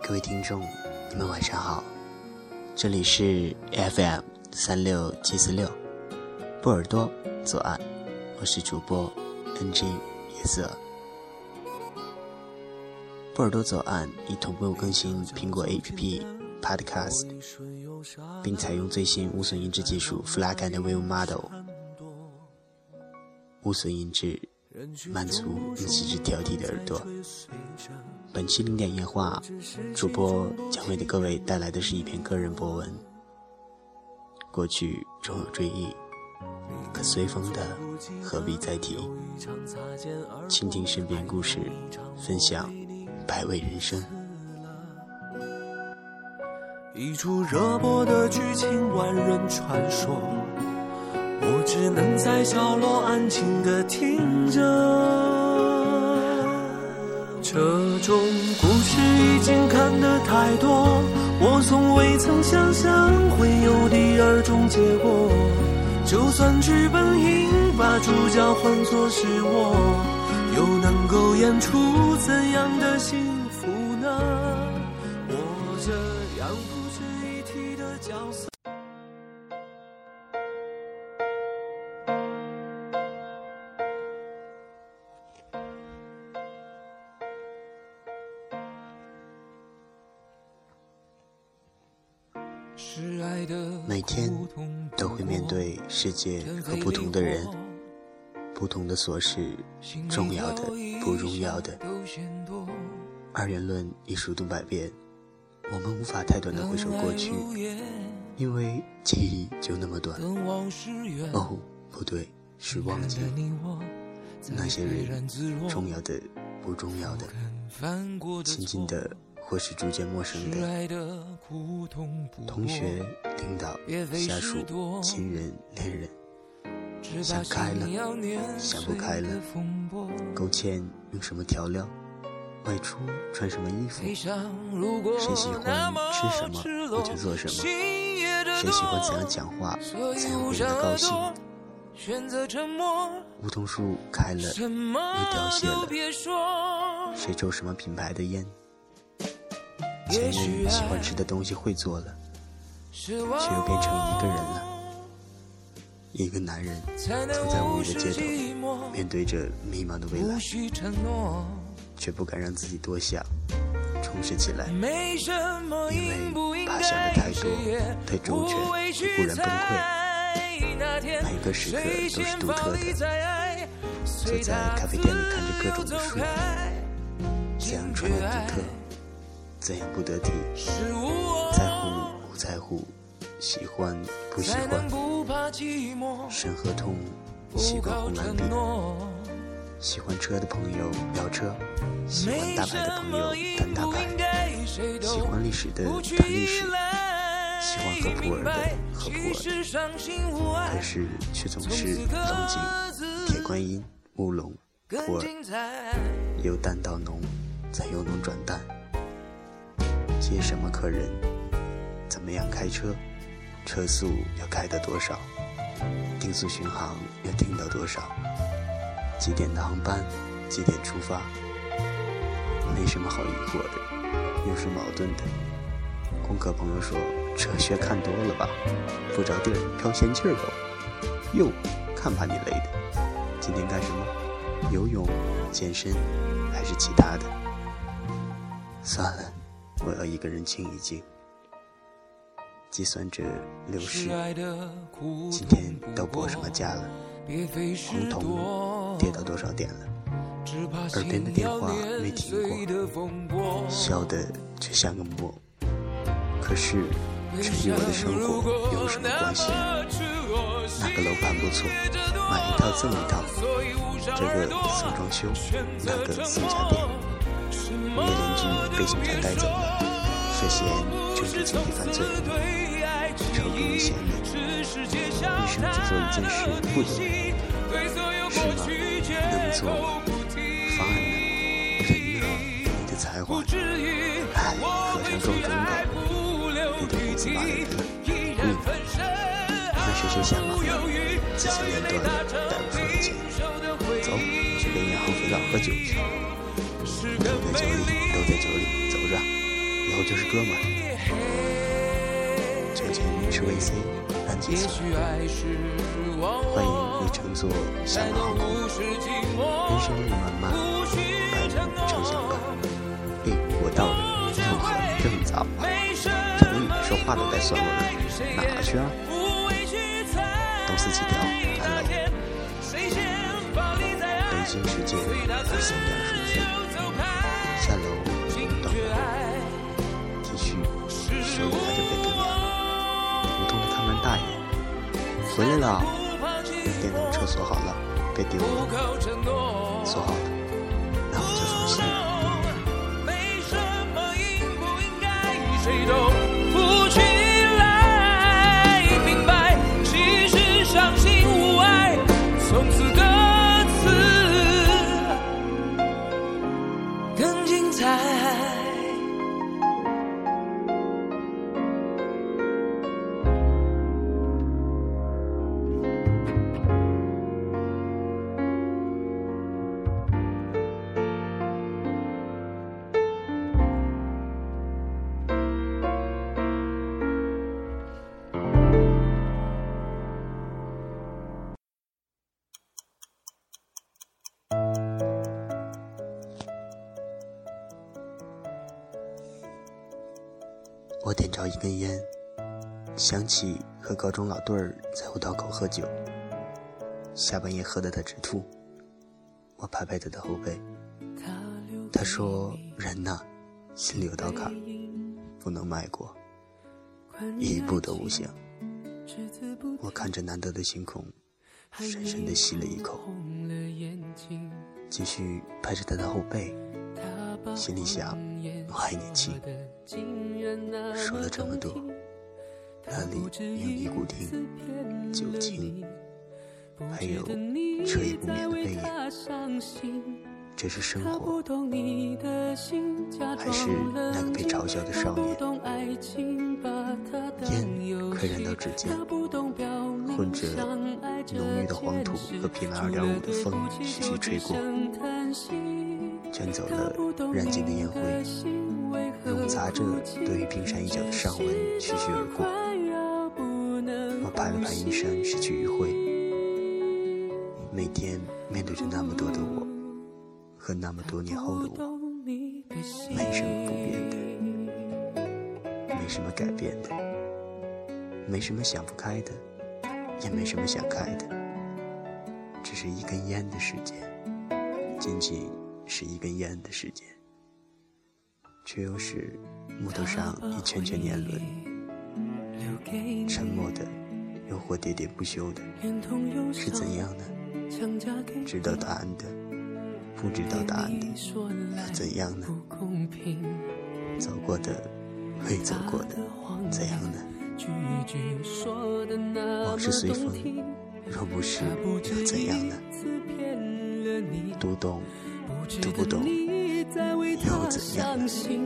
各位听众，你们晚上好，这里是 FM 36746波尔多左岸，我是主播 NG 夜色。波尔多左岸已同步更新苹果 APP Podcast， 并采用最新无损音质技术 FLAC and Wave Model， 无损音质满足你细致挑剔的耳朵。本期零点夜话，主播将为各位带来的是一篇个人博文。过去终有追忆，可随风的何必再提？倾听身边故事，分享百味人生。 一出热播的剧情，万人传说，我只能在角落安静地听着。这种故事已经看得太多，我从未曾想象会有第二种结果。就算剧本应把主角换作是我，又能够演出怎样的幸福呢？我这样不值一提的角色。 每天都会面对世界和不同的人，不同的琐事，重要的不重要的。二元论已数度百变，我们无法太短地回首过去，因为记忆就那么短。哦，不对，是忘记那些人，重要的不重要的，亲近的或是逐渐陌生的，同学、领导、下属、亲人、恋人，想开了，想不开了，勾芡用什么调料，外出穿什么衣服，谁喜欢吃什么我就做什么，谁喜欢怎样讲话怎样会让他高兴。梧桐树开了又凋谢了，谁抽什么品牌的烟，前人喜欢吃的东西会做了，却又变成一个人了。一个男人走在无语的街头，面对着迷茫的未来，却不敢让自己多想，充实起来，因为怕想的太多太周全会忽然崩溃。每个时刻都是独特的，坐在咖啡店里看着各种的书，怎样穿的独特，怎样不得体，在乎不在乎，喜欢不喜欢，深合痛，喜欢红蓝笔，喜欢车的朋友聊车，喜欢大牌的朋友谈大牌，喜欢历史的谈历史，喜欢喝普洱的喝普洱，可是却总是龙井、铁观音、乌龙、普洱，由淡到浓，再由浓转淡。接什么客人，怎么样开车，车速要开到多少，定速巡航要定到多少，几点的航班，几点出发，没什么好疑惑的，又是矛盾的。功课朋友说哲学看多了吧，不着地儿飘闲气儿都。哟，看把你累的，今天干什么？游泳、健身还是其他的？算了，我要一个人静一静。计算着流逝，今天到播什么家了？黄铜跌到多少点了？耳边的电话没停过，笑得却像个沫。可是这与我的生活有什么关系？那个楼盘不错，买一套赠一套，这个送装修，那个送家电。物业邻居被警察带走了，涉嫌政治经济犯罪，超不危险的，女生只做一件事不得了，是吗？能做方案呢？人呢？你的才华，哎，和尚撞钟吧，你的胡子拔了了，那谁想嘛，自己连断了，带不出来钱，走，去跟银行辅导喝酒去。都在酒里，走着，有后就是歌嘛。酒前吃 VC 按几次，欢迎你乘坐小马航空，人生路漫漫，百路车相伴。我到了，入河这么早吗？怎么你说话都带酸味儿？哪去啊？东四七条3楼，北京世界23.5岁，下楼短裤 T 恤，手里拿着杯羹牙，普通的看门大爷回来了，电动车锁好了，别丢了，锁好了，那我就放心了。谁都不去来明白，其实伤心无爱，从此歌词更精彩。我点着一根烟，想起和高中老对儿在五道口喝酒，下半夜喝得他直吐。我拍拍他的后背，他说人呐，心里有道坎，不能迈过，一步都不行。我看着难得的星空，深深地吸了一口，继续拍着他的后背，心里想我还年轻。说了这么多，那里有尼古丁、酒精，还有彻夜不眠的背影。这是生活，还是那个被嘲笑的少年？烟快燃到指尖，混着浓郁的黄土和PM 2.5的风徐徐吹过，卷走了燃尽的烟灰，笼杂着对于冰山一角的上温徐徐而过。我拍了拍衣衫，失去余晖。每天面对着那么多的我和那么多年后的我，没什么不变的，没什么改变的，没什么想不开的，也没什么想开的，只是一根烟的时间，仅仅是一根烟的时间，却又是木头上一圈圈年轮，沉默的又或喋喋不休的，是怎样呢？知道答案的，不知道答案的，又怎样呢？走过的，未走过的，怎样呢？往事随风，若不是又怎样呢？读懂，读不懂，又怎样呢？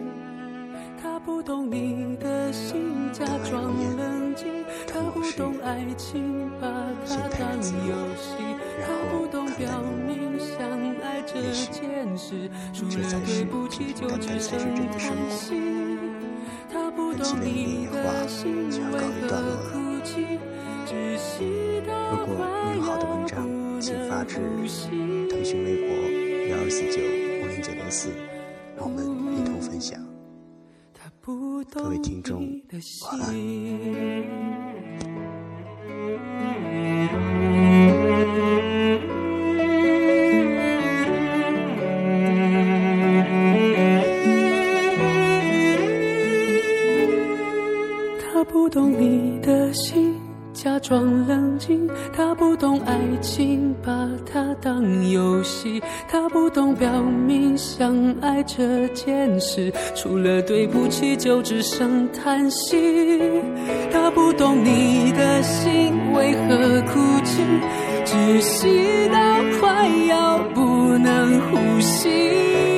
得来如烟，看往事远，先泰然自若，然后看淡如我。也许这才是平平淡淡才是真的生活。本期连云夜话就要告一段落了。如果你有好的文章，请发至腾讯微博12495094，让我们一同分享。各位听众，晚安。 他不懂你的心，假装冷静，他不懂爱情，把它当游戏，他不懂表明相爱这件事，除了对不起就只剩叹息。他不懂你的心为何哭泣，窒息到快要不能呼吸。